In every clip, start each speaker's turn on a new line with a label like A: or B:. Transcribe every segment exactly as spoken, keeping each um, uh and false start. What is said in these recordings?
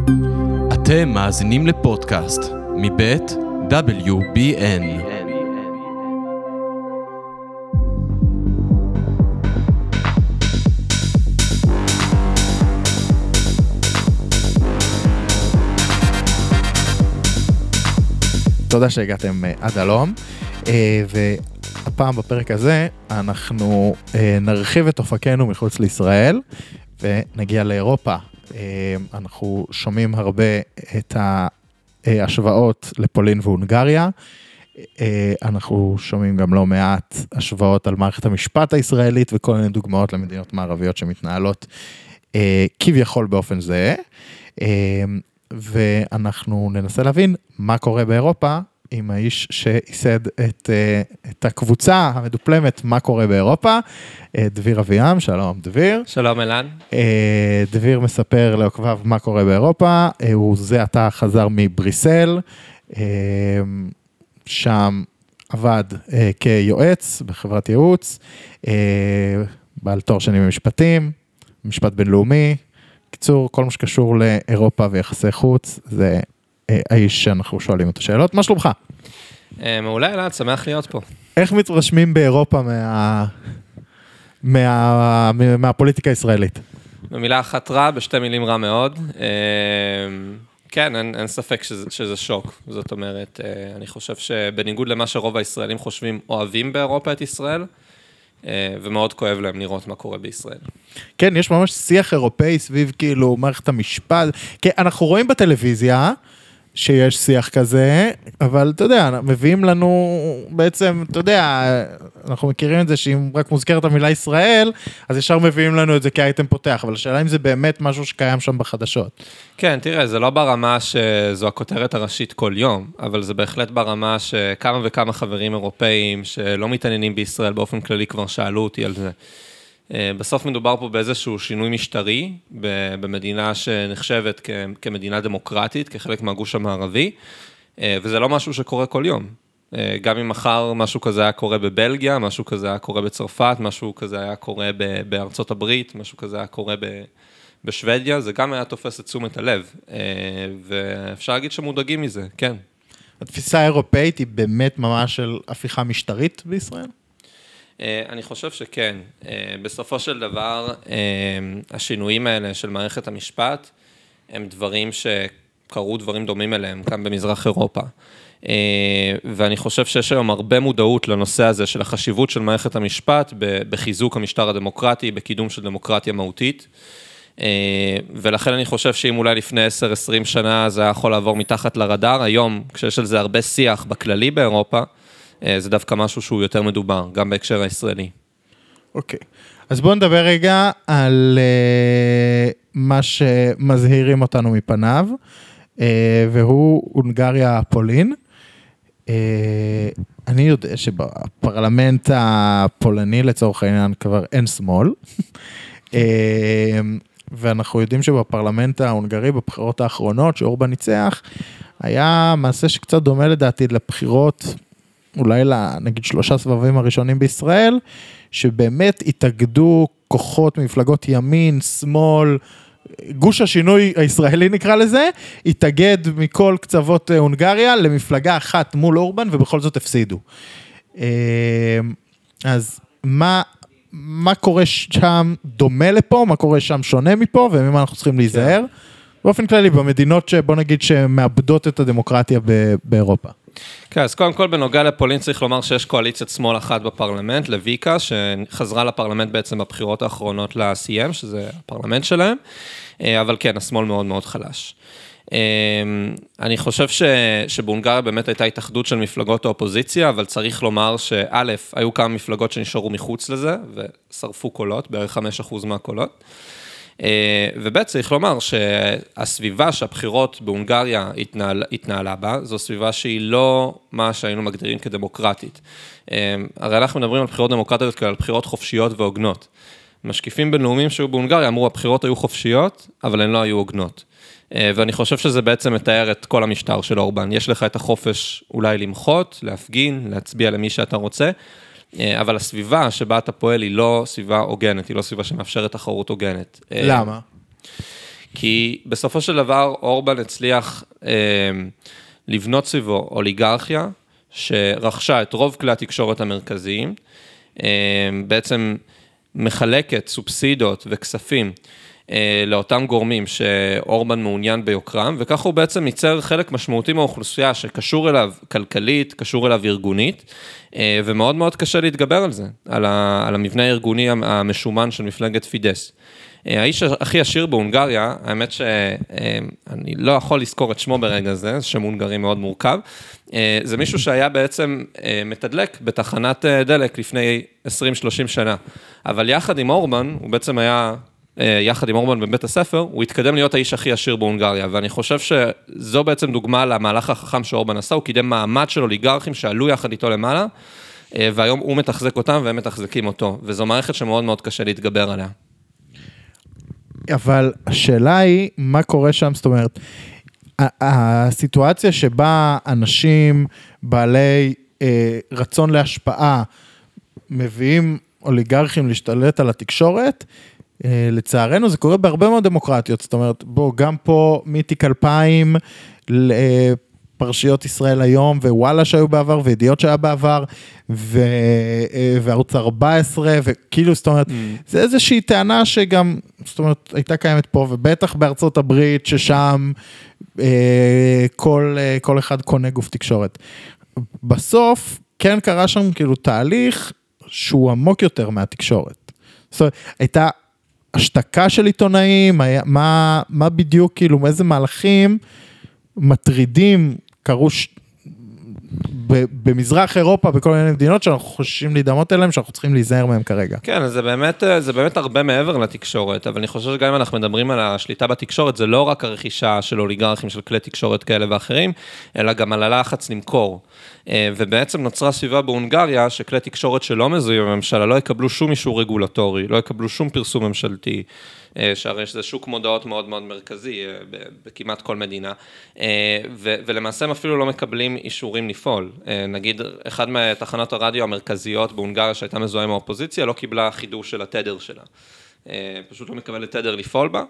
A: אתם מאזינים לפודקאסט מבית דאבליובי אן.
B: תודה שהגעתם עד הלום, והפעם בפרק הזה אנחנו נרחיב את אופקנו מחוץ לישראל ונגיע לאירופה. אנחנו שומעים הרבה את ההשוואות לפולין והונגריה, אנחנו שומעים גם לא מעט השוואות על מערכת המשפט הישראלית וכל מיני דוגמאות למדינות מערביות שמתנהלות כביכול באופן זה, ואנחנו ננסה להבין מה קורה באירופה עם האיש שייסד את, את הקבוצה המדופלמת מה קורה באירופה, דביר אביעם. שלום דביר.
C: שלום אלן.
B: דביר מספר לעוקביו מה קורה באירופה, הוא זה עתה חזר מבריסל, שם עבד כיועץ בחברת ייעוץ, בעל תואר שני במשפטים, משפט בינלאומי, קיצור, כל מה שקשור לאירופה ויחסי חוץ, זה האיש שאנחנו שואלים את השאלות. מה שלומך?
C: מעולה, אלעד, שמח להיות פה.
B: איך מתרשמים באירופה מה... מה... מהפוליטיקה הישראלית?
C: במילה אחת רע, בשתי מילים רע מאוד. כן, אין, אין ספק שזה, שזה שוק. זאת אומרת, אני חושב שבניגוד למה שרוב הישראלים חושבים, אוהבים באירופה את ישראל, ומאוד כואב להם לראות מה קורה בישראל.
B: כן, יש ממש שיח אירופאי סביב כאילו מערכת המשפט. כן, אנחנו רואים בטלוויזיה שיש שיח כזה, אבל אתה יודע, מביאים לנו בעצם, אתה יודע, אנחנו מכירים את זה שאם רק מוזכרת המילה ישראל, אז ישר מביאים לנו את זה כאייטם פותח, אבל השאלה אם זה באמת משהו שקיים שם בחדשות.
C: כן, תראה, זה לא ברמה שזו הכותרת הראשית כל יום, אבל זה בהחלט ברמה שכמה וכמה חברים אירופאים שלא מתעניינים בישראל באופן כללי כבר שאלו אותי על זה. בסוף מדובר פה באיזשהו שינוי משטרי, במדינה שנחשבת כמדינה דמוקרטית, כחלק מהגוש המערבי, וזה לא משהו שקורה כל יום. גם אם מחר משהו כזה היה קורה בבלגיה, משהו כזה היה קורה בצרפת, משהו כזה היה קורה בארצות הברית, משהו כזה היה קורה בשוודיה, זה גם היה תופס את תשומת הלב, ואפשר להגיד שמודאגים מזה, כן.
B: התפיסה האירופאית היא באמת ממש של הפיכה משטרית בישראל?
C: אני חושב שכן. בסופו של דבר, השינויים האלה של מערכת המשפט, הם דברים שקרו דברים דומים אליהם, כאן במזרח אירופה. ואני חושב שיש היום הרבה מודעות לנושא הזה של החשיבות של מערכת המשפט, בחיזוק המשטר הדמוקרטי, בקידום של דמוקרטיה מהותית. ולכן אני חושב שאם אולי לפני עשר עשרים שנה זה היה יכול לעבור מתחת לרדאר, היום, כשיש על זה הרבה שיח בכללי באירופה, זה דווקא משהו שהוא יותר מדובר, גם בהקשר הישראלי.
B: אוקיי, אז בואו נדבר רגע על uh, מה שמזהירים אותנו מפניו, uh, והוא הונגריה פולין. Uh, אני יודע שבפרלמנט הפולני לצורך העניין כבר אין שמאל, uh, ואנחנו יודעים שבפרלמנט ההונגרי בבחירות האחרונות שאורבן ניצח, היה מעשה שקצת דומה לדעתי לבחירות, אולי נגיד שלושה סבבים הראשונים בישראל, שבאמת התאגדו כוחות ממפלגות ימין, שמאל, גוש השינוי הישראלי נקרא לזה, התאגד מכל קצוות הונגריה למפלגה אחת מול אורבן, ובכל זאת הפסידו. אז מה, מה קורה שם דומה לפה, מה קורה שם שונה מפה, וממה אנחנו צריכים להיזהר? באופן כללי, במדינות שבוא נגיד שמאבדות את הדמוקרטיה באירופה.
C: כן, אז קודם כל בנוגע לפולין צריך לומר שיש קואליציית שמאל אחת בפרלמנט, לויקה, שחזרה לפרלמנט בעצם בבחירות האחרונות ל-סי אם, שזה הפרלמנט שלהם, אבל כן, השמאל מאוד מאוד חלש. אני חושב ש... שבהונגריה באמת הייתה התאחדות של מפלגות האופוזיציה, אבל צריך לומר שא', היו כמה מפלגות שנשארו מחוץ לזה, ושרפו קולות, בערך חמישה אחוז מהקולות. וב' צריך לומר שהסביבה שהבחירות בהונגריה התנהל, התנהלה בה, זו סביבה שהיא לא מה שהיינו מגדירים כדמוקרטית. הרי אנחנו מדברים על בחירות דמוקרטיות כאלה, על בחירות חופשיות והוגנות. משקיפים בינלאומיים שהיו בהונגריה אמרו, הבחירות היו חופשיות, אבל הן לא היו הוגנות. ואני חושב שזה בעצם מתאר את כל המשטר של אורבן. יש לך את החופש אולי למחות, להפגין, להצביע למי שאתה רוצה, אבל הסביבה שבה אתה פועל היא לא סביבה הוגנת, היא לא סביבה שמאפשרת תחרות הוגנת.
B: למה?
C: כי בסופו של דבר אורבן הצליח אה, לבנות סביבו אוליגרכיה, שרכשה את רוב כלי התקשורת המרכזיים, אה, בעצם מחלקת סובסידות וכספים, לאותם גורמים שאורבן מעוניין ביוקרם, וכך הוא בעצם ייצר חלק משמעותי מהאוכלוסייה שקשור אליו כלכלית, קשור אליו ארגונית, ומאוד מאוד קשה להתגבר על זה, על, ה, על המבנה הארגוני המשומן של מפלגת פידס. האיש הכי עשיר בהונגריה, האמת שאני לא יכול לזכור את שמו ברגע זה, שם הונגרי מאוד מורכב, זה מישהו שהיה בעצם מתדלק בתחנת דלק לפני עשרים שלושים שנה, אבל יחד עם אורבן, הוא בעצם היה יחד עם אורבן בבית הספר, הוא התקדם להיות האיש הכי עשיר בהונגריה, ואני חושב שזו בעצם דוגמה למהלך החכם שאורבן עשה, הוא קידם מעמד של אוליגרכים שעלו יחד איתו למעלה, והיום הוא מתחזק אותם והם מתחזקים אותו, וזו מערכת שמאוד מאוד קשה להתגבר עליה.
B: אבל השאלה היא, מה קורה שם? זאת אומרת, הסיטואציה שבה אנשים בעלי רצון להשפעה, מביאים אוליגרכים להשתלט על התקשורת, לצערנו זה קורה בהרבה מאוד דמוקרטיות, זאת אומרת, בוא, גם פה מיתיק אלפיים, פרשיות ישראל היום, ווואלה שהיו בעבר, וידיעות שהיה בעבר, ו... וערוץ ארבע עשרה, וכאילו, זאת אומרת, mm. זה איזושהי טענה שגם, זאת אומרת, הייתה קיימת פה, ובטח בארצות הברית, ששם אה, כל, אה, כל אחד קונה גוף תקשורת. בסוף, כן קרה שם כאילו תהליך, שהוא עמוק יותר מהתקשורת. זאת אומרת, הייתה השתקה של עיתונאים, היה, מה, מה בדיוק, כאילו, איזה מהלכים מטרידים קרו ש... במזרח אירופה, בכל מיני מדינות שאנחנו חוששים להידמות אליהם, שאנחנו צריכים להיזהר מהם כרגע.
C: כן, זה באמת, זה באמת הרבה מעבר לתקשורת, אבל אני חושב שגם אם אנחנו מדברים על השליטה בתקשורת, זה לא רק הרכישה של אוליגרכים, של כלי תקשורת כאלה ואחרים, אלא גם על הלחץ למכור. ובעצם נוצרה סביבה בהונגריה, שכלי תקשורת שלא מזוהים בממשלה, לא יקבלו שום אישור רגולטורי, לא יקבלו שום פרסום ממשלתי, שהרי שזה שוק מודעות מאוד מאוד מרכזי בכמעט כל מדינה, ולמעשה הם אפילו לא מקבלים אישורים לפעול. נגיד, אחד מתחנות הרדיו המרכזיות בהונגריה שהייתה מזוהה עם האופוזיציה, לא קיבלה חידוש של התדר שלה. פשוט לא מקבלת תדר לפעול בה,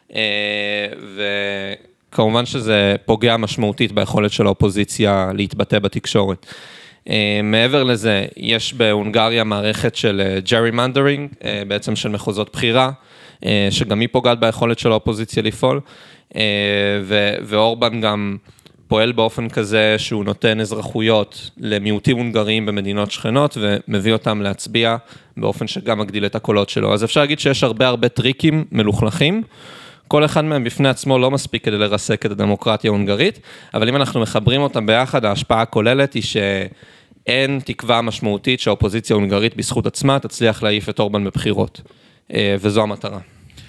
C: וכמובן שזה פוגע משמעותית ביכולת של האופוזיציה להתבטא בתקשורת. מעבר לזה, יש בהונגריה מערכת של ג'רימנדרינג, בעצם של מחוזות בחירה, שגם היא פוגעת ביכולת של האופוזיציה לפעול, ואורבן גם פועל באופן כזה שהוא נותן אזרחויות למיעוטים הונגריים במדינות שכנות, ומביא אותם להצביע באופן שגם מגדיל את הקולות שלו. אז אפשר להגיד שיש הרבה הרבה טריקים מלוכלכים, כל אחד מהם בפני עצמו לא מספיק כדי לרסק את הדמוקרטיה ההונגרית, אבל אם אנחנו מחברים אותם ביחד, ההשפעה הכוללת היא שאין תקווה משמעותית שהאופוזיציה ההונגרית בזכות עצמה תצליח להעיף את אורבן בבחירות. וזו המטרה.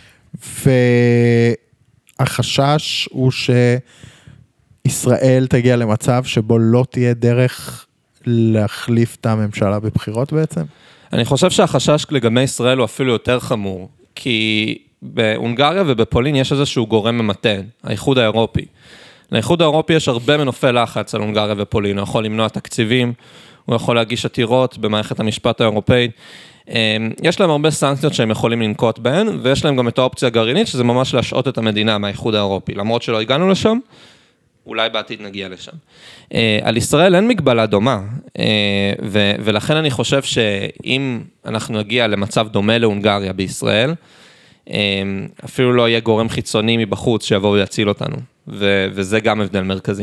B: והחשש הוא שישראל תגיע למצב שבו לא תהיה דרך להחליף את הממשלה בבחירות בעצם?
C: אני חושב שהחשש לגבי ישראל הוא אפילו יותר חמור, כי בהונגריה ובפולין יש איזשהו גורם ממתן, האיחוד האירופי. לאיחוד האירופי יש הרבה מנופי לחץ על הונגריה ופולין, הוא יכול למנוע תקציבים, הוא יכול להגיש עתירות במערכת המשפט האירופאית, יש להם הרבה סנקציות שהם יכולים לנקוט בהן, ויש להם גם את האופציה הגרעינית, שזה ממש להשעות את המדינה מהאיחוד האירופי, למרות שלא הגענו לשם, אולי בעתיד נגיע לשם. על ישראל אין מגבלה דומה, ולכן אני חושב שאם אנחנו נגיע למצב דומה להונגריה בישראל, אפילו לא יהיה גורם חיצוני מבחוץ שיבוא ויציל אותנו, וזה גם הבדל מרכזי.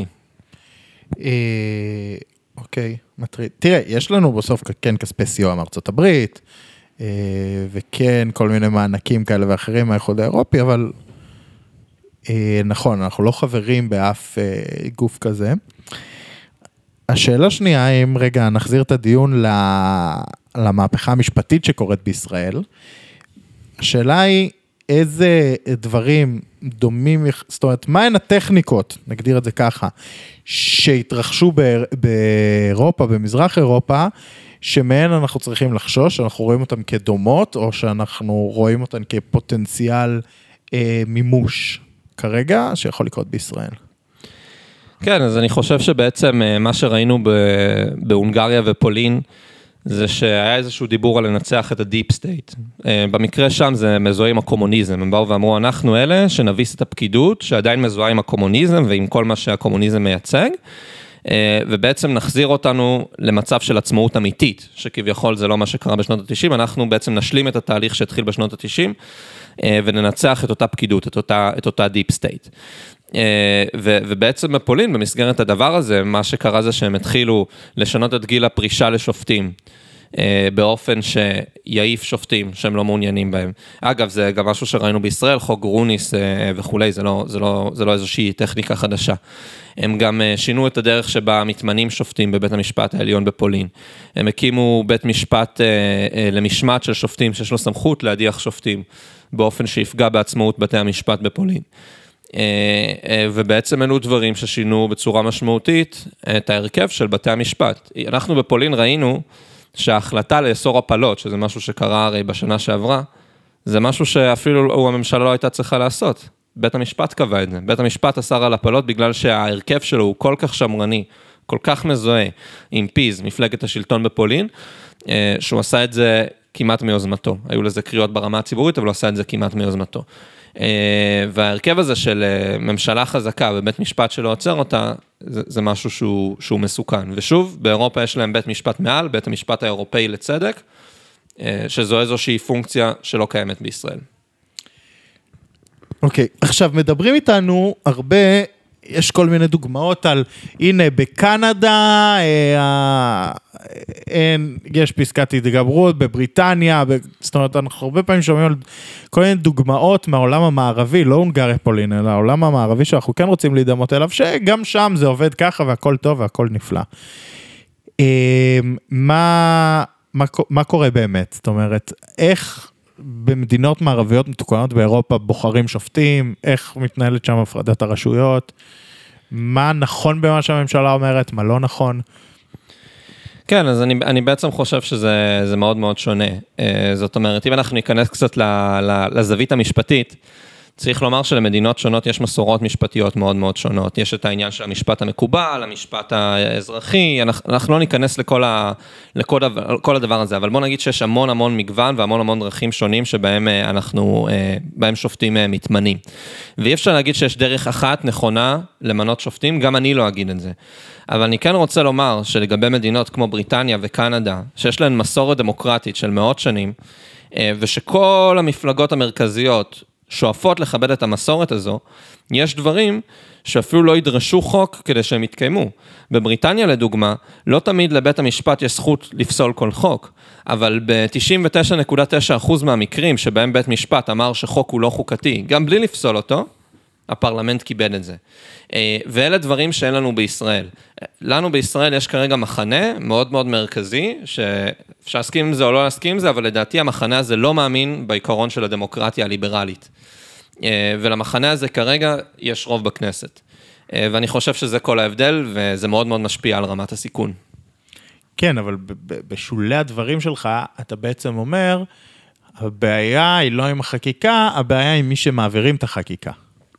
B: אוקיי, מטריד. תראה, יש לנו בסוף כן כספי סיוע מארצות הברית, וכן כל מיני מענקים כאלה ואחרים מהאיחוד האירופי, אבל נכון, אנחנו לא חברים באף גוף כזה. השאלה שנייה, אם רגע נחזיר את הדיון למהפכה המשפטית שקורית בישראל, השאלה היא איזה דברים דומים, זאת אומרת, מהן הטכניקות, נגדיר את זה ככה, שהתרחשו באירופה, במזרח אירופה, שמהן אנחנו צריכים לחשוש, שאנחנו רואים אותן כדומות, או שאנחנו רואים אותן כפוטנציאל אה, מימוש כרגע, שיכול לקרות בישראל.
C: כן, אז אני חושב שבעצם מה שראינו בהונגריה ופולין, זה שהיה איזשהו דיבור על לנצח את הדיפ סטייט. במקרה שם זה מזוהה עם הקומוניזם, הם באו ואמרו, אנחנו אלה שנביס את הפקידות, שעדיין מזוהה עם הקומוניזם ועם כל מה שהקומוניזם מייצג, ובעצם נחזיר אותנו למצב של עצמאות אמיתית, שכביכול זה לא מה שקרה בשנות ה-תשעים, אנחנו בעצם נשלים את התהליך שהתחיל בשנות ה-תשעים, וננצח את אותה פקידות, את אותה, את אותה דיפ סטייט. ו- ובעצם בפולין, במסגרת הדבר הזה, מה שקרה זה שהם התחילו לשנות את גיל הפרישה לשופטים, באופן שיעיף שופטים שהם לא מעוניינים בהם. אגב, זה גם משהו שראינו בישראל, חוק גרוניס וכולי, זה לא, זה לא, זה לא איזושהי טכניקה חדשה. הם גם שינו את הדרך שבה מתמנים שופטים בבית המשפט העליון בפולין. הם הקימו בית משפט למשמעת של שופטים, שיש לו סמכות להדיח שופטים, באופן שיפגע בעצמאות בתי המשפט בפולין. ובעצם אלו דברים ששינו בצורה משמעותית את ההרכב של בתי המשפט. אנחנו בפולין ראינו שההחלטה לאסור הפלות, שזה משהו שקרה הרי בשנה שעברה, זה משהו שאפילו הממשלה לא הייתה צריכה לעשות. בית המשפט קבע את זה. בית המשפט אסר על הפלות בגלל שההרכב שלו הוא כל כך שמרני, כל כך מזוהה עם פיז, מפלגת השלטון בפולין, שהוא עשה את זה כמעט מיוזמתו. היו לזה קריאות ברמה הציבורית, אבל הוא עשה את זה כמעט מיוזמתו. וההרכב הזה של ממשלה חזקה ובית משפט שלא עוצר אותה, זה, זה משהו שהוא, שהוא מסוכן. ושוב, באירופה יש להם בית משפט מעל, בית המשפט האירופאי לצדק, שזו איזושהי פונקציה שלא קיימת בישראל.
B: אוקיי, okay. עכשיו מדברים איתנו הרבה, יש כל מיני דוגמאות על, הנה בקנדה, אה, אין, יש פסקת התגברות, בבריטניה, ב, זאת אומרת, אנחנו הרבה פעמים שומעים על כל מיני דוגמאות מהעולם המערבי, לא הונגריה פולין, אלא העולם המערבי שאנחנו כן רוצים להידמות אליו, שגם שם זה עובד ככה והכל טוב והכל נפלא. אה, מה, מה, מה קורה באמת? זאת אומרת, איך במדינות מערביות מתוקנות באירופה בוחרים שופטים, איך מתנהלת שם הפרדת הרשויות, מה נכון במה שהממשלה אומרת, מה לא נכון?
C: כן, אז אני, אני בעצם חושב שזה זה מאוד מאוד שונה. זאת אומרת, אם אנחנו ניכנס קצת ל, ל, לזווית המשפטית, צריך לומר שלמדינות שונות יש מסורות משפטיות מאוד מאוד שונות. יש את העניין של המשפט המקובל, המשפט האזרחי, אנחנו, אנחנו לא ניכנס לכל, ה, לכל, לכל הדבר הזה, אבל בוא נגיד שיש המון המון מגוון והמון המון דרכים שונים שבהם אנחנו, בהם שופטים מתמנים. ואי אפשר להגיד שיש דרך אחת נכונה למנות שופטים, גם אני לא אגיד את זה. אבל אני כן רוצה לומר שלגבי מדינות כמו בריטניה וקנדה, שיש להן מסורת דמוקרטית של מאות שנים, ושכל המפלגות המרכזיות שואפות לכבד את המסורת הזו, יש דברים שאפילו לא ידרשו חוק כדי שהם יתקיימו. בבריטניה לדוגמה, לא תמיד לבית המשפט יש זכות לפסול כל חוק, אבל ב-תשעים ותשע נקודה תשע אחוז מהמקרים שבהם בית משפט אמר שחוק הוא לא חוקתי, גם בלי לפסול אותו, הפרלמנט קיבל את זה. ואלה דברים שאין לנו בישראל. לנו בישראל יש כרגע מחנה מאוד מאוד מרכזי, שאפשר להסכים עם זה או לא להסכים עם זה, אבל לדעתי המחנה הזה לא מאמין בעיקרון של הדמוקרטיה הליברלית. ולמחנה הזה כרגע יש רוב בכנסת. ואני חושב שזה כל ההבדל, וזה מאוד מאוד משפיע על רמת הסיכון.
B: כן, אבל בשולי הדברים שלך, אתה בעצם אומר, הבעיה היא לא עם החקיקה, הבעיה היא מי שמעבירים את החקיקה.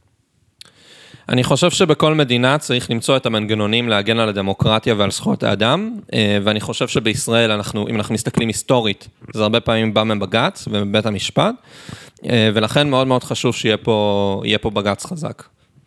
C: אני חושב שבכל מדינה צריך למצוא את המנגנונים להגן על הדמוקרטיה ועל זכויות האדם, ואני חושב שבישראל, אנחנו, אם אנחנו מסתכלים היסטורית, זה הרבה פעמים בא מבג"ץ ובבית המשפט, ולכן מאוד מאוד חשוב שיהיה פה, יהיה פה בג"ץ חזק.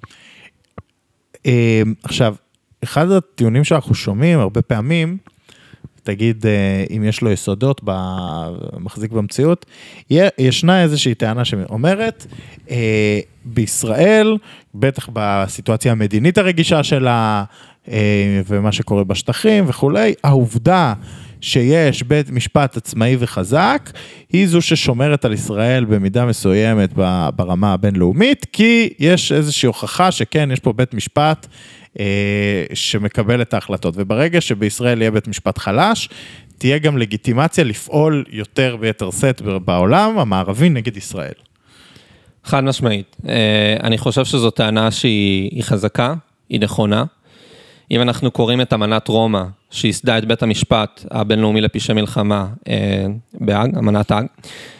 B: עכשיו, אחד הטיעונים שאנחנו שומעים הרבה פעמים, תגיד אם יש לו יסודות במחזיק במציאות, ישנה איזושהי טענה שאומרת, בישראל, בטח בסיטואציה המדינית הרגישה שלה, ומה שקורה בשטחים וכולי, העובדה שיש בית משפט עצמאי וחזק, היא זו ששומרת על ישראל במידה מסוימת ברמה הבינלאומית, כי יש איזושהי הוכחה שכן, יש פה בית משפט שמקבל את ההחלטות, וברגע שבישראל יהיה בית משפט חלש, תהיה גם לגיטימציה לפעול יותר ביתר סט בעולם המערבי נגד ישראל.
C: חד משמעית. אני חושב שזו טענה שהיא חזקה, היא נכונה. אם אנחנו קוראים את אמנת רומא, שיסדה את בית המשפט הבינלאומי לפשעי מלחמה בהאג, אמנת האג,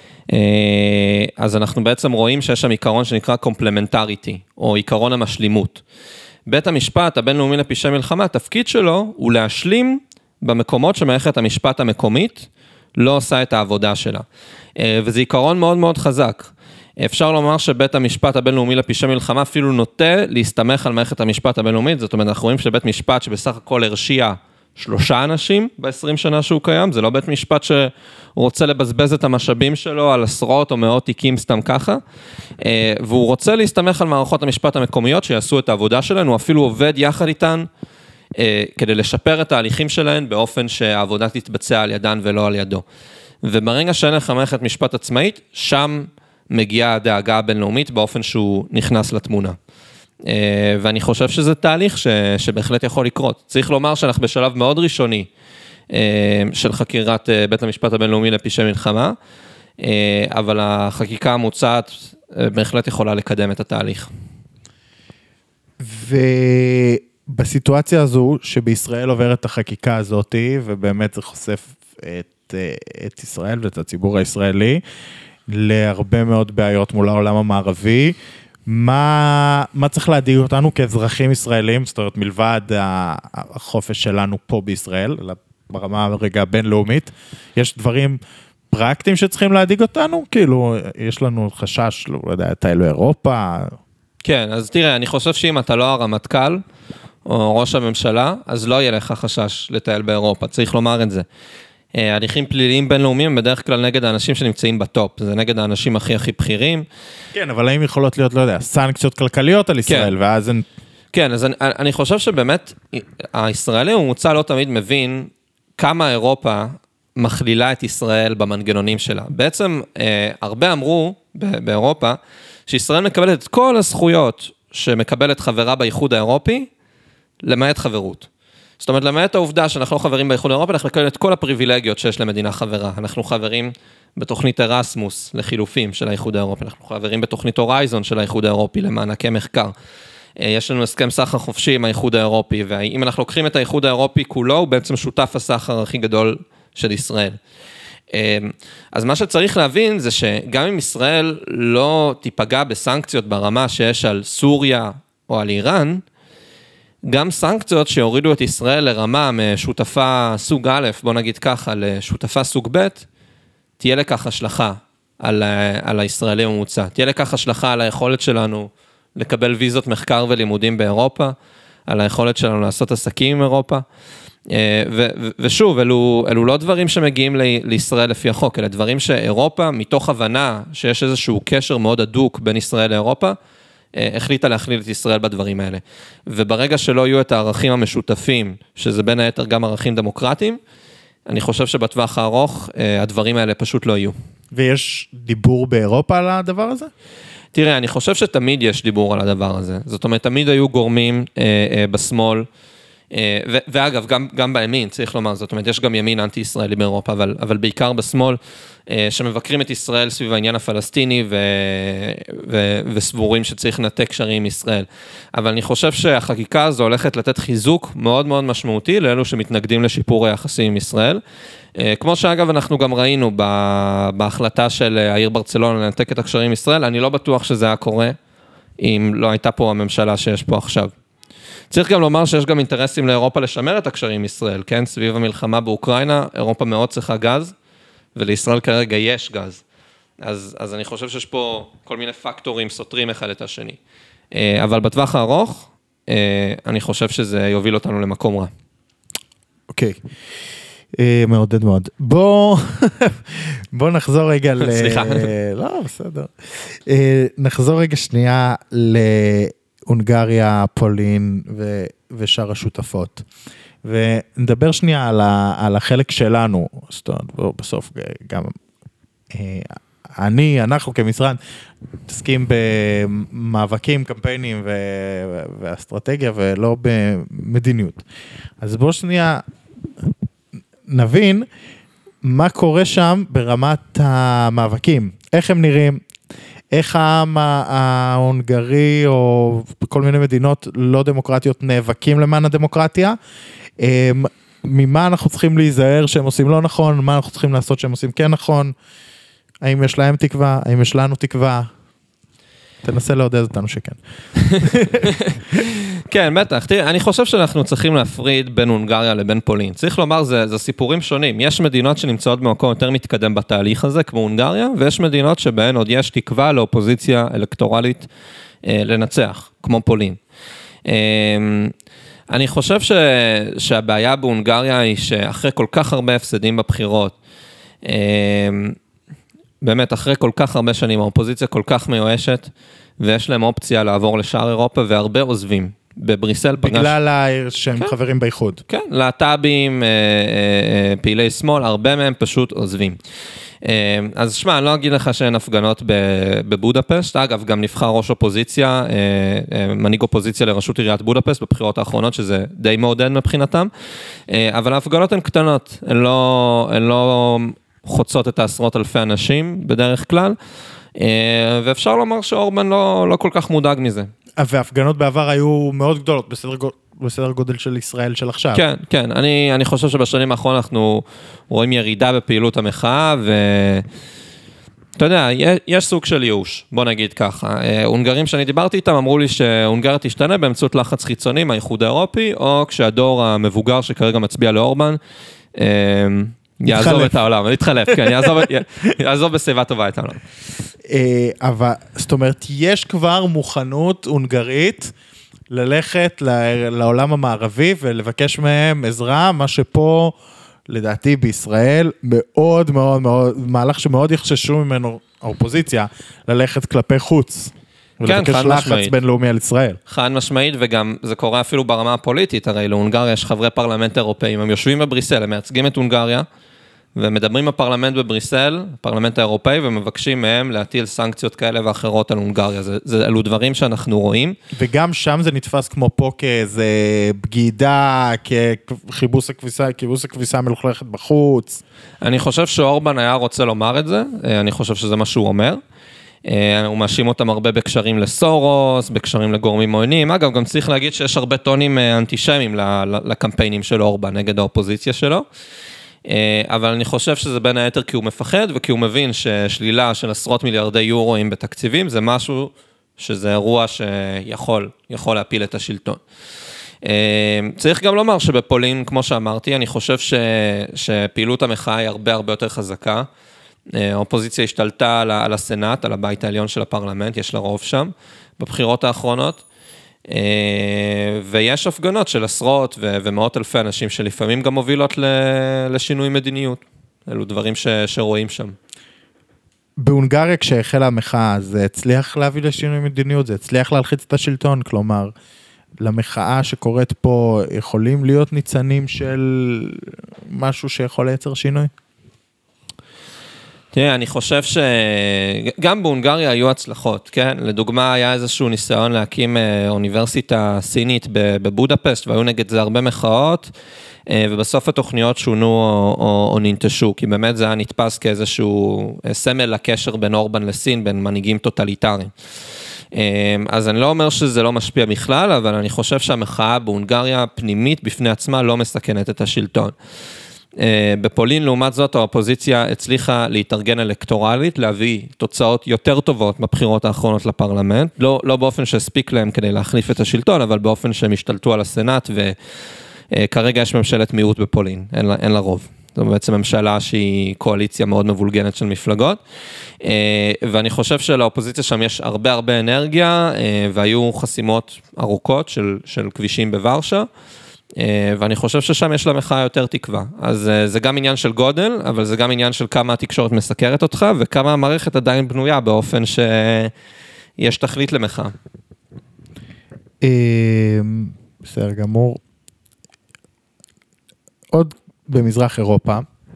C: אז אנחנו בעצם רואים שיש שם עיקרון שנקרא קומפלמנטריטי, או עיקרון המשלימות. בית המשפט הבינלאומי לפשעי מלחמה, התפקיד שלו הוא להשלים במקומות שמערכת המשפט המקומית לא עושה את העבודה שלה. וזה עיקרון מאוד מאוד חזק. אפשר לומר שבית המשפט הבינלאומי לפשעי מלחמה אפילו נוטה להסתמך על מערכת המשפט הבינלאומית, זאת אומרת, אנחנו רואים שבית משפט שבסך הכל הרשיע שלושה אנשים ב-עשרים שנה שהוא קיים, זה לא בית משפט שרוצה לבזבז את המשאבים שלו על עשרות או מאות תיקים סתם ככה, והוא רוצה להסתמך על מערכות המשפט המקומיות שיעשו את העבודה שלהן, הוא אפילו עובד יחד איתן, כדי לשפר את ההליכים שלהן באופן שהעבודה תתבצע על ידן ולא על ידו. וברגע שאין לך מערכת משפט עצמאית, שם מגיעה הדאגה הבינלאומית באופן שהוא נכנס לתמונה. ואני חושב שזה תהליך ש, שבהחלט יכול לקרות. צריך לומר שאנחנו בשלב מאוד ראשוני של חקירת בית המשפט הבינלאומי לפשעי מלחמה, אבל החקיקה המוצעת בהחלט יכולה לקדם את התהליך.
B: ובסיטואציה הזו שבישראל עוברת את החקיקה הזאת, ובאמת זה חושף את, את ישראל ואת הציבור הישראלי, להרבה מאוד בעיות מול העולם המערבי, מה, מה צריך להדאיג אותנו כאזרחים ישראלים, זאת אומרת, מלבד החופש שלנו פה בישראל, ברמה הרגע הבינלאומית, יש דברים פרקטיים שצריכים להדאיג אותנו? כאילו, יש לנו חשש, לא יודע, טיילו אירופה?
C: כן, אז תראה, אני חושב שאם אתה לא הרמטכ"ל, או ראש הממשלה, אז לא יהיה לך חשש לטייל באירופה, צריך לומר את זה. הליכים פליליים בינלאומיים בדרך כלל נגד האנשים שנמצאים בטופ, זה נגד האנשים הכי הכי בכירים.
B: כן, אבל האם יכולות להיות, לא יודע, סנקציות כלכליות על ישראל, כן. ואז הן...
C: כן, אז אני, אני חושב שבאמת, הישראלי הוא מוצא לא תמיד מבין כמה אירופה מכלילה את ישראל במנגנונים שלה. בעצם, הרבה אמרו באירופה, שישראל מקבלת את כל הזכויות שמקבלת חברה באיחוד האירופי, למעט חברות. זאת אומרת, למעט העובדה שאנחנו לא חברים באיחוד האירופי, אנחנו מקבלים את כל הפריבילגיות שיש למדינה חברה. אנחנו חברים בתוכנית ארסמוס לחילופים של האיחוד האירופי, אנחנו חברים בתוכנית הורייזון של האיחוד האירופי למענקי מחקר. יש לנו הסכם סחר חופשי עם האיחוד האירופי, ואם אנחנו לוקחים את האיחוד האירופי כולו, הוא בעצם שותף הסחר הכי גדול של ישראל. אז מה שצריך להבין זה שגם אם ישראל לא תיפגע בסנקציות ברמה שיש על סוריה או על איראן, גם סנקציות שהורידו את ישראל לרמה משותפה סוג א', בוא נגיד ככה, לשותפה סוג ב', תהיה לכך השלכה על, על הישראלים הממוצע. תהיה לכך השלכה על היכולת שלנו לקבל ויזות מחקר ולימודים באירופה, על היכולת שלנו לעשות עסקים עם אירופה. ו, ו, ושוב, אלו, אלו לא דברים שמגיעים ל, לישראל לפי החוק, אלא דברים שאירופה, מתוך הבנה שיש איזשהו קשר מאוד הדוק בין ישראל לאירופה, החליטה להכליל את ישראל בדברים האלה. וברגע שלא יהיו את הערכים המשותפים, שזה בין היתר גם ערכים דמוקרטיים, אני חושב שבטווח הארוך הדברים האלה פשוט לא יהיו.
B: ויש דיבור באירופה על הדבר הזה?
C: תראה, אני חושב שתמיד יש דיבור על הדבר הזה. זאת אומרת, תמיד היו גורמים אה, אה, בשמאל, אה, ו- ואגב, גם, גם בימין, צריך לומר, זאת אומרת, יש גם ימין אנטי-ישראלי באירופה, אבל, אבל בעיקר בשמאל, אה, שמבקרים את ישראל סביב העניין הפלסטיני, ו- ו- וסבורים שצריך לנתק קשרים עם ישראל. אבל אני חושב שהחקיקה הזו הולכת לתת חיזוק מאוד מאוד משמעותי, לאלו שמתנגדים לשיפור היחסים עם ישראל, כמו שאגב אנחנו גם ראינו בהחלטה של העיר ברצלונה לנתק את הקשרים עם ישראל, אני לא בטוח שזה היה קורה אם לא הייתה פה הממשלה שיש פה עכשיו. צריך גם לומר שיש גם אינטרסים לאירופה לשמר את הקשרים עם ישראל, כן? סביב המלחמה באוקראינה, אירופה מאוד צריכה גז, ולישראל כרגע יש גז. אז, אז אני חושב שיש פה כל מיני פקטורים סותרים אחד את השני. אבל בטווח הארוך, אני חושב שזה יוביל אותנו למקום רע.
B: אוקיי. מעודד מאוד. בוא, בוא נחזור רגע ל...
C: סליחה.
B: לא, בסדר. נחזור רגע שנייה להונגריה, פולין ו... ושאר השותפות. ונדבר שנייה על, ה... על החלק שלנו. זאת אומרת, בסוף גם אני, אנחנו כמשרד, מתעסקים במאבקים, קמפיינים ו... ואסטרטגיה ולא במדיניות. אז בוא שנייה... נבין מה קורה שם ברמת המאבקים, איך הם נראים, איך העם ההונגרי או בכל מיני מדינות לא דמוקרטיות נאבקים למען הדמוקרטיה, ממה אנחנו צריכים להיזהר שהם עושים לא נכון, מה אנחנו צריכים לעשות שהם עושים כן נכון, האם יש להם תקווה, האם יש לנו תקווה, תנסה לעודד אותנו שכן.
C: כן, בטח. תראה, אני חושב שאנחנו צריכים להפריד בין הונגריה לבין פולין. צריך לומר, זה, זה סיפורים שונים. יש מדינות שנמצאות במקום יותר מתקדם בתהליך הזה, כמו הונגריה, ויש מדינות שבהן עוד יש תקווה לאופוזיציה אלקטורלית אה, לנצח, כמו פולין. אה, אני חושב ש, שהבעיה בהונגריה היא שאחרי כל כך הרבה הפסדים בבחירות, אה, באמת, אחרי כל כך הרבה שנים, האופוזיציה כל כך מיואשת, ויש להם אופציה לעבור לשאר אירופה, והרבה עוזבים. בבריסל פגש...
B: בגלל שהם כן. חברים באיחוד.
C: כן, להט"בים, פעילי שמאל, הרבה מהם פשוט עוזבים. אז שמע, אני לא אגיד לך שאין הפגנות בבודפשט, אגב, גם נבחר ראש אופוזיציה, מנהיג אופוזיציה לראשות עיריית בודפשט, בבחירות האחרונות, שזה די מעודד מבחינתם, אבל ההפגנות הן קטנות, הן לא, הן לא חוצות את העשרות אלפי אנשים בדרך כלל, ואפשר לומר שאורבן לא, לא כל כך מודאג מזה.
B: וההפגנות בעבר היו מאוד גדולות, בסדר, בסדר גודל של ישראל של עכשיו.
C: כן, כן. אני, אני חושב שבשנים האחרונות אנחנו רואים ירידה בפעילות המחאה, ואתה יודע, יש סוג של ייאוש, בוא נגיד ככה. הונגרים שאני דיברתי איתם אמרו לי שהונגריה תשתנה באמצעות לחץ חיצוני מהאיחוד האירופי, או כשהדור המבוגר שכרגע מצביע לאורבן, יעזוב את העולם, יתחלף, כן, יעזוב בשיבה טובה את העולם.
B: אבל, זאת אומרת, יש כבר מוכנות הונגרית ללכת לעולם המערבי ולבקש מהם עזרה, מה שפה, לדעתי, בישראל, מאוד מאוד מאוד, מהלך שמאוד יחששו ממנו האופוזיציה, ללכת כלפי חוץ. ולבקש לחץ בינלאומי על ישראל.
C: חד משמעית, וגם זה קורה אפילו ברמה הפוליטית, הרי להונגריה יש חברי פרלמנט אירופאים, הם יושבים בבריסל, הם מייצגים את הונגריה, ומדברים בפרלמנט בבריסל, הפרלמנט האירופאי, ומבקשים מהם להטיל סנקציות כאלה ואחרות על הונגריה. זה, זה אלו דברים שאנחנו רואים.
B: וגם שם זה נתפס כמו פה כאיזה בגידה, כחיבוס הכביסה, כיבוס הכביסה המלוכלכת בחוץ.
C: אני חושב שאורבן היה רוצה לומר את זה, אני חושב שזה מה שהוא אומר. הוא מאשים אותם הרבה בקשרים לסורוס, בקשרים לגורמים עוינים. אגב, גם צריך להגיד שיש הרבה טונים אנטישמיים לקמפיינים של אורבן נגד האופוזיציה שלו. אבל אני חושב שזה בין היתר כי הוא מפחד, וכי הוא מבין ששלילה של עשרות מיליארדי יורואים בתקציבים, זה משהו שזה אירוע שיכול, יכול להפיל את השלטון. צריך גם לומר שבפולין, כמו שאמרתי, אני חושב ש, שפעילות המחאה היא הרבה הרבה יותר חזקה. האופוזיציה השתלטה על, על הסנאט, על הבית העליון של הפרלמנט, יש לה רוב שם, בבחירות האחרונות. ויש הפגנות של עשרות ומאות אלפי אנשים שלפעמים גם מובילות לשינוי מדיניות. אלו דברים ש, שרואים שם.
B: בהונגריה כשהחלה המחאה, זה הצליח להביא לשינוי מדיניות, זה הצליח להלחיץ את השלטון, כלומר, למחאה שקורית פה, יכולים להיות ניצנים של משהו שיכול לייצר שינוי?
C: תראה, אני חושב שגם בהונגריה היו הצלחות, כן? לדוגמה, היה איזשהו ניסיון להקים אוניברסיטה סינית בבודפשט, והיו נגד זה הרבה מחאות, ובסוף התוכניות שונו או, או, או ננטשו, כי באמת זה היה נתפס כאיזשהו סמל לקשר בין אורבן לסין, בין מנהיגים טוטליטריים. אז אני לא אומר שזה לא משפיע בכלל, אבל אני חושב שהמחאה בהונגריה פנימית בפני עצמה לא מסכנת את השלטון. בפולין, לעומת זאת, האופוזיציה הצליחה להתארגן אלקטורלית, להביא תוצאות יותר טובות בבחירות האחרונות לפרלמנט, לא, לא באופן שהספיק להם כדי להחליף את השלטון, אבל באופן שהם השתלטו על הסנאט, וכרגע יש ממשלת מיעוט בפולין, אין לה, אין לה רוב. זו בעצם ממשלה שהיא קואליציה מאוד מבולגנת של מפלגות, ואני חושב שלאופוזיציה שם יש הרבה הרבה אנרגיה, והיו חסימות ארוכות של, של כבישים בוורשה, ואני חושב ששם יש למחאה יותר תקווה. אז זה גם עניין של גודל, אבל זה גם עניין של כמה התקשורת מסקרת אותך, וכמה המערכת עדיין בנויה באופן שיש תכלית למחאה.
B: בסדר גמור. עוד במזרח אירופה,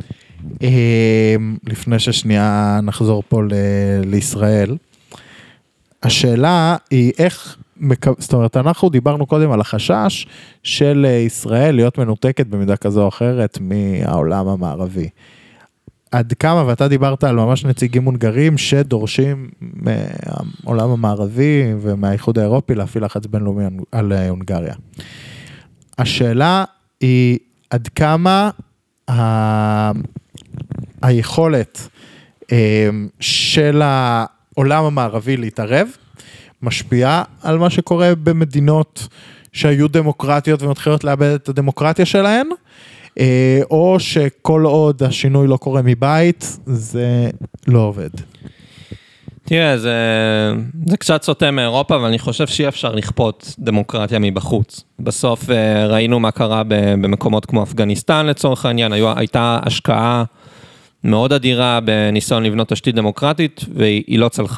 B: לפני ששנייה נחזור פה לישראל, השאלה היא איך, זאת אומרת, אנחנו דיברנו קודם על החשש של ישראל להיות מנותקת במידה כזו או אחרת מהעולם המערבי. עד כמה, ואתה דיברת על ממש נציגים הונגרים שדורשים מהעולם המערבי ומהאיחוד האירופי להפעיל לחץ בינלאומי על הונגריה. השאלה היא עד כמה ה... היכולת של העולם המערבי להתערב, משפיעה על מה שקורה במדינות שהיו דמוקרטיות ומתחילות לאבד את הדמוקרטיה שלהן, או שכל עוד השינוי לא קורה מבית, זה לא עובד.
C: תראה, זה, זה קצת סוטה מאירופה, אבל אני חושב שאי אפשר לכפות דמוקרטיה מבחוץ. בסוף ראינו מה קרה במקומות כמו אפגניסטן לצורך העניין, הייתה השקעה מאוד אדירה בניסיון לבנות תשתית דמוקרטית, והיא לא צלחה.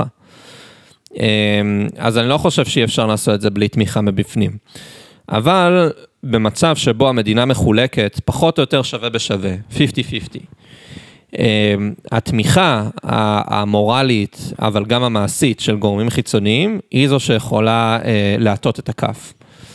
C: אז אני לא חושב שאי אפשר לעשות את זה בלי תמיכה מבפנים. אבל במצב שבו המדינה מחולקת, פחות או יותר שווה בשווה, חמישים חמישים. התמיכה המורלית, אבל גם המעשית של גורמים חיצוניים, היא זו שיכולה להטות את הכף.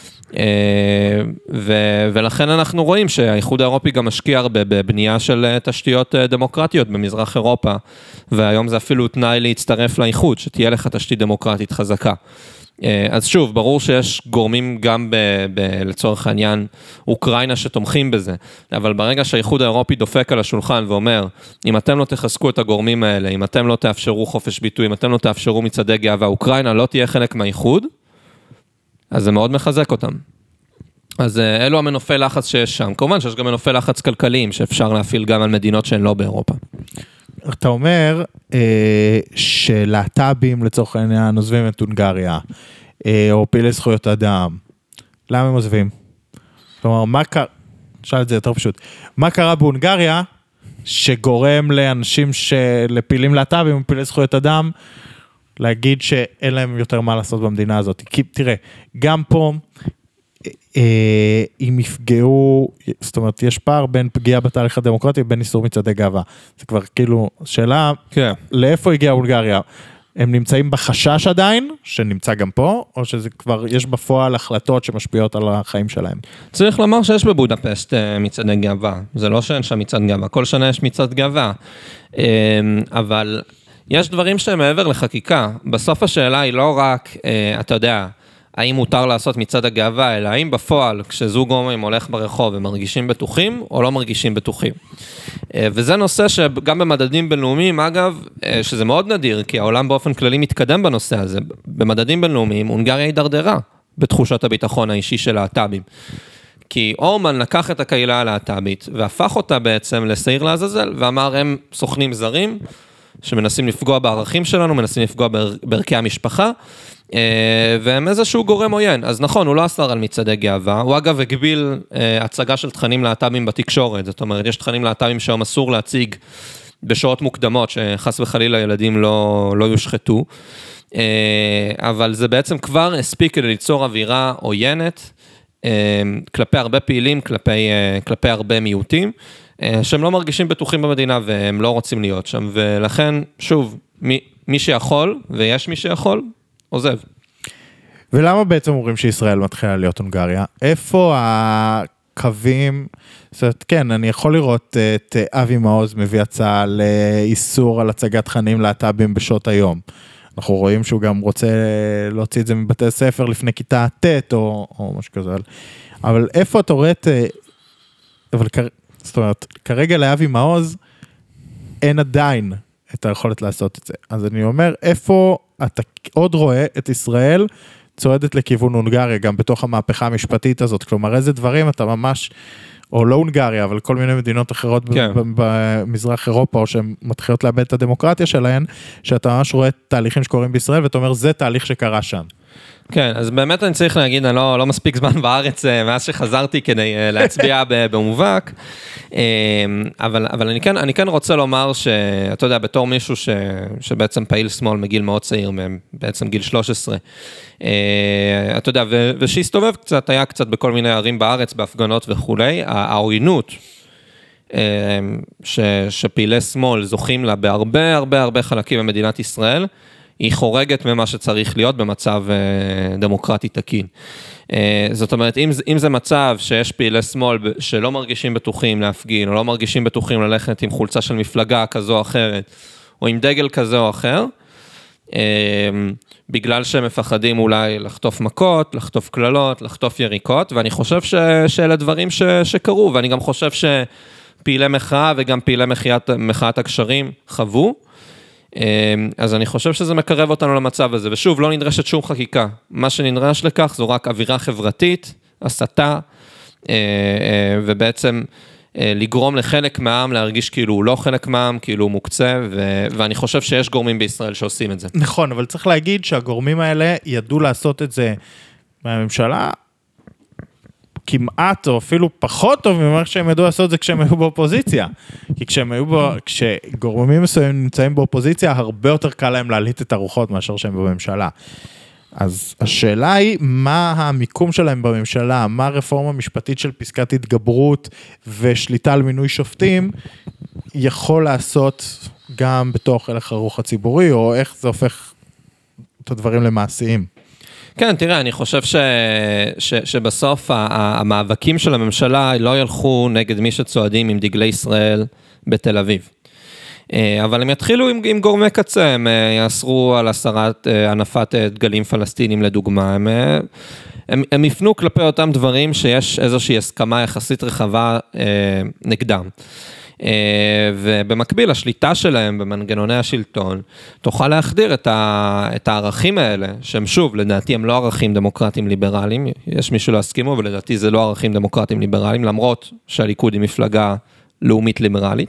C: ולכן אנחנו רואים שהאיחוד האירופי גם משקיע הרבה בבנייה של תשתיות דמוקרטיות במזרח אירופה, והיום זה אפילו תנאי להצטרף לאיחוד, שתהיה לך תשתית דמוקרטית חזקה. אז שוב, ברור שיש גורמים גם ב, ב, לצורך העניין אוקראינה שתומכים בזה, אבל ברגע שהאיחוד האירופי דופק על השולחן ואומר, אם אתם לא תחזקו את הגורמים האלה, אם אתם לא תאפשרו חופש ביטוי, אם אתם לא תאפשרו מצעדי גאווה, אוקראינה לא תהיה חלק מהאיחוד, אז זה מאוד מחזק אותם. אז אלו המנופי לחץ שיש שם. כמובן שיש גם מנופי לחץ כלכליים שאפשר להפעיל גם על מדינות שהן לא באירופה.
B: אתה אומר אה, שלהט"בים לצורך העניין עוזבים את הונגריה, אה, או פעילי זכויות אדם. למה הם עוזבים? כלומר, מה קרה, נשאל את זה יותר פשוט, מה קרה בהונגריה שגורם לאנשים שלפעילים להט"בים ופעילי זכויות אדם, להגיד שאין להם יותר מה לעשות במדינה הזאת? כי תראה, גם פה, אה, אם יפגעו, זאת אומרת, יש פער בין פגיעה בתהליך הדמוקרטי ובין איסור מצעדי גאווה. זה כבר כאילו, שאלה, כן. לאיפה הגיעה הונגריה? הם נמצאים בחשש עדיין, שנמצא גם פה, או שזה כבר, יש בפועל החלטות שמשפיעות על החיים שלהם?
C: צריך לומר שיש בבודפשט מצעדי גאווה. זה לא שאין שם מצעד גאווה, כל שנה יש מצעד גאווה. אבל יש דברים שהם מעבר לחקיקה. בסוף השאלה היא לא רק, אתה יודע, האם מותר לעשות מצעד הגאווה, אלא האם בפועל, כשזוג הומואים הולך ברחוב, הם מרגישים בטוחים או לא מרגישים בטוחים. וזה נושא שגם במדדים בינלאומיים, אגב, שזה מאוד נדיר, כי העולם באופן כללי מתקדם בנושא הזה, במדדים בינלאומיים, הונגריה הידרדרה בתחושת הביטחון האישי של להט"בים. כי אורמן לקח את הקהילה הלהט"בית, והפך אותה בעצם לשעיר לעזאזל, ואמר, הם סוכנים זרים, שמנסים לפגוע בערכים שלנו, מנסים לפגוע בערכי המשפחה, והם איזשהו גורם עוין. אז נכון, הוא לא אסר על מצעדי גאווה, הוא אגב הגביל הצגה של תכנים להט"בים בתקשורת, זאת אומרת, יש תכנים להט"בים שהיום אסור להציג בשעות מוקדמות, שחס וחלילה ילדים לא, לא יושחתו, אבל זה בעצם כבר הספיק כדי ליצור אווירה עוינת, כלפי הרבה פעילים, כלפי, כלפי הרבה מיעוטים, שהם לא מרגישים בטוחים במדינה, והם לא רוצים להיות שם, ולכן, שוב, מי, מי שיכול, ויש מי שיכול, עוזב.
B: ולמה בעצם אומרים שישראל מתחילה להיות הונגריה? איפה הקווים, זאת אומרת, כן, אני יכול לראות את אבי מעוז מביא הצעה לאיסור על הצגת תכנים להט"בים בשעות היום. אנחנו רואים שהוא גם רוצה להוציא את זה מבתי ספר לפני כיתה ט' או, או משהו כזה. אבל איפה אתה רואה את, אבל זאת אומרת, כרגע לאבי מעוז אין עדיין את היכולת לעשות את זה. אז אני אומר, איפה אתה עוד רואה את ישראל צועדת לכיוון הונגריה, גם בתוך המהפכה המשפטית הזאת, כלומר, איזה דברים אתה ממש, או לא הונגריה, אבל כל מיני מדינות אחרות כן. במזרח אירופה, או שהן מתחילות לאבד את הדמוקרטיה שלהן, שאתה ממש רואה את תהליכים שקורים בישראל, ואתה אומר, זה תהליך שקרה שם.
C: כן, אז באמת אני צריך להגיד, אני לא, לא מספיק זמן בארץ, מאז שחזרתי כדי להצביע במובהק, אבל, אבל אני כן, אני כן רוצה לומר שאתה יודע, בתור מישהו ש, שבעצם פעיל שמאל מגיל מאוד צעיר, בעצם גיל שלוש עשרה, אתה יודע, ו, ושהסתובב קצת, היה קצת בכל מיני ערים בארץ, בהפגנות וכולי, העוינות, ש, שפעילי שמאל זוכים לה בהרבה הרבה הרבה חלקים במדינת ישראל, היא חורגת ממה שצריך להיות במצב דמוקרטי תקין. זאת אומרת, אם, אם זה מצב שיש פעילי שמאל שלא מרגישים בטוחים להפגין, או לא מרגישים בטוחים ללכת עם חולצה של מפלגה כזו או אחרת, או עם דגל כזה או אחר, בגלל שהם מפחדים אולי לחטוף מכות, לחטוף כללות, לחטוף יריקות, ואני חושב ש, שאלה דברים ש, שקרו, ואני גם חושב שפעילי מחאה וגם פעילי מחאת, מחאת הקשרים חוו, אז אני חושב שזה מקרב אותנו למצב הזה, ושוב, לא נדרשת שום חקיקה. מה שנדרש לכך זו רק אווירה חברתית, הסתה, ובעצם לגרום לחלק מהעם להרגיש כאילו הוא לא חלק מהעם, כאילו הוא מוקצה, ו- ואני חושב שיש גורמים בישראל שעושים את זה.
B: נכון, אבל צריך להגיד שהגורמים האלה ידעו לעשות את זה מהממשלה, כמעט או אפילו פחות טוב ממה שהם ידעו לעשות את זה כשהם היו באופוזיציה. כי כשהם היו בו, כשגורמים מסוימים נמצאים באופוזיציה, הרבה יותר קל להם להלהיט את הרוחות מאשר שהם בממשלה. אז השאלה היא, מה המיקום שלהם בממשלה, מה הרפורמה משפטית של פסקת התגברות ושליטה על מינוי שופטים, יכול לעשות גם בתוך הלך הרוח הציבורי, או איך זה הופך את הדברים למעשיים.
C: כן, תראה, אני חושב ש, ש, שבסוף המאבקים של הממשלה לא ילכו נגד מי שצועדים עם דגלי ישראל בתל אביב. אבל הם יתחילו עם, עם גורמי קצה, הם יאסרו על הסרת, הנפת דגלים פלסטינים לדוגמה, הם, הם, הם יפנו כלפי אותם דברים שיש איזושהי הסכמה יחסית רחבה נגדם. ובמקביל, השליטה שלהם במנגנוני השלטון, תוכל להחדיר את, ה, את הערכים האלה, שהם שוב, לדעתי הם לא ערכים דמוקרטיים ליברליים, יש מישהו לא הסכימו, ולדעתי זה לא ערכים דמוקרטיים ליברליים, למרות שהליכוד היא מפלגה לאומית ליברלית,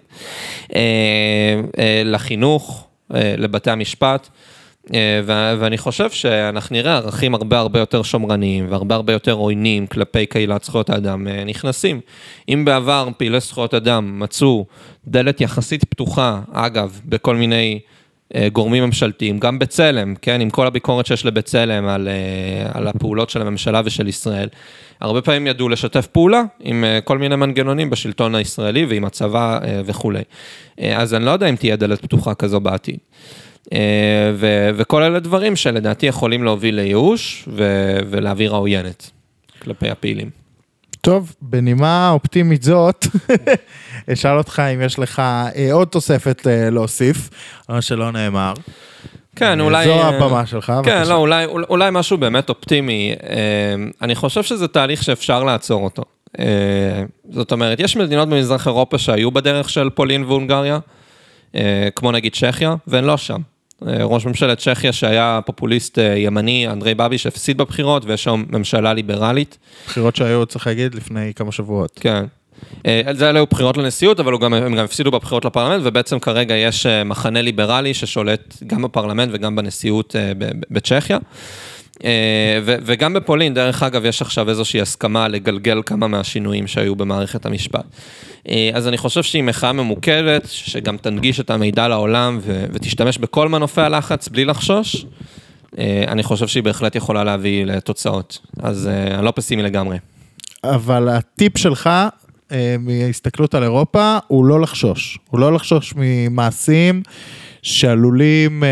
C: לחינוך, לבתי המשפט, ואני חושב שאנחנו נראה ערכים הרבה הרבה יותר שומרניים, והרבה הרבה יותר עוינים כלפי קהילת זכויות האדם נכנסים. אם בעבר פעילי זכויות אדם מצאו דלת יחסית פתוחה, אגב, בכל מיני גורמים ממשלתיים, גם בצלם, כן, עם כל הביקורת שיש לבצלם על, על הפעולות של הממשלה ושל ישראל, הרבה פעמים ידעו לשתף פעולה עם כל מיני מנגנונים בשלטון הישראלי ועם הצבא וכו'. אז אני לא יודע אם תהיה דלת פתוחה כזו בעתיד. ו- וכל אלה דברים שלדעתי יכולים להוביל לייאוש ו- ולאווירה עוינת כלפי הפעילים.
B: טוב, בנימה אופטימית זאת, אשאל אותך אם יש לך עוד תוספת להוסיף, מה שלא נאמר.
C: כן, אולי...
B: זו הבמה שלך.
C: כן, לא, אולי, אולי משהו באמת אופטימי. אני חושב שזה תהליך שאפשר לעצור אותו. זאת אומרת, יש מדינות במזרח אירופה שהיו בדרך של פולין והונגריה, כמו נגיד צ'כיה, והן לא שם. ראש ממשלת צ'כיה שהיה פופוליסט ימני, אנדרי בביש, הפסיד בבחירות, ויש שם ממשלה ליברלית.
B: בחירות שהיו, צריך להגיד, לפני כמה שבועות.
C: כן. זה היו בחירות לנשיאות, אבל גם, הם גם הפסידו בבחירות לפרלמנט, ובעצם כרגע יש מחנה ליברלי ששולט גם בפרלמנט וגם בנשיאות בצ'כיה. ו- וגם בפולין, דרך אגב, יש עכשיו איזושהי הסכמה לגלגל כמה מהשינויים שהיו במערכת המשפט. אז אני חושב שהיא מחאה ממוקדת, שגם תנגיש את המידע לעולם, ו- ותשתמש בכל מנופי הלחץ בלי לחשוש, אני חושב שהיא בהחלט יכולה להביא לתוצאות. אז אני לא פסימי לגמרי.
B: אבל הטיפ שלך, מהסתכלות על אירופה, הוא לא לחשוש. הוא לא לחשוש ממעשים שעלולים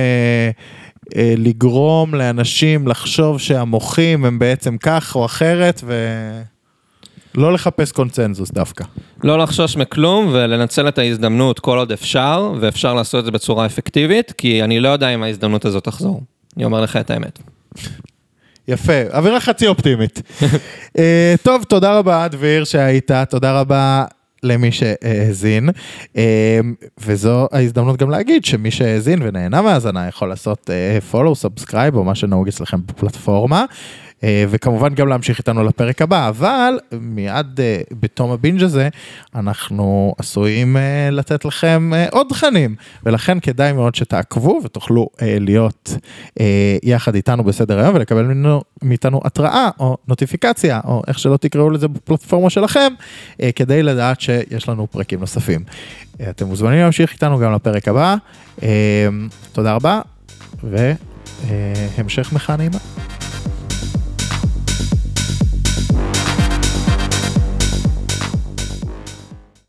B: לגרום לאנשים לחשוב שהמוחים הם בעצם כך או אחרת, ולא לחפש קונצנזוס דווקא.
C: לא לחשוש מכלום ולנצל את ההזדמנות כל עוד אפשר, ואפשר לעשות את זה בצורה אפקטיבית, כי אני לא יודע אם ההזדמנות הזאת תחזור. אני אומר לך את האמת.
B: יפה, אווירה חצי אופטימית. טוב, תודה רבה, דביר, שהיית, תודה רבה למי שהאזין, וזו ההזדמנות גם להגיד שמי שהאזין ונהנה מהאזנה יכול לעשות follow, subscribe או מה שנהוג אצלכם בפלטפורמה, וכמובן גם להמשיך איתנו לפרק הבא, אבל מיד בתום הבינג' הזה אנחנו עשויים לתת לכם עוד תכנים, ולכן כדאי מאוד שתעקבו ותוכלו להיות יחד איתנו בסדר היום, ולקבל מאיתנו התראה או נוטיפיקציה, או איך שלא תקראו לזה בפלטפורמה שלכם, כדי לדעת שיש לנו פרקים נוספים. אתם מוזמנים להמשיך איתנו גם לפרק הבא, תודה רבה, והמשך מחאה נעימה.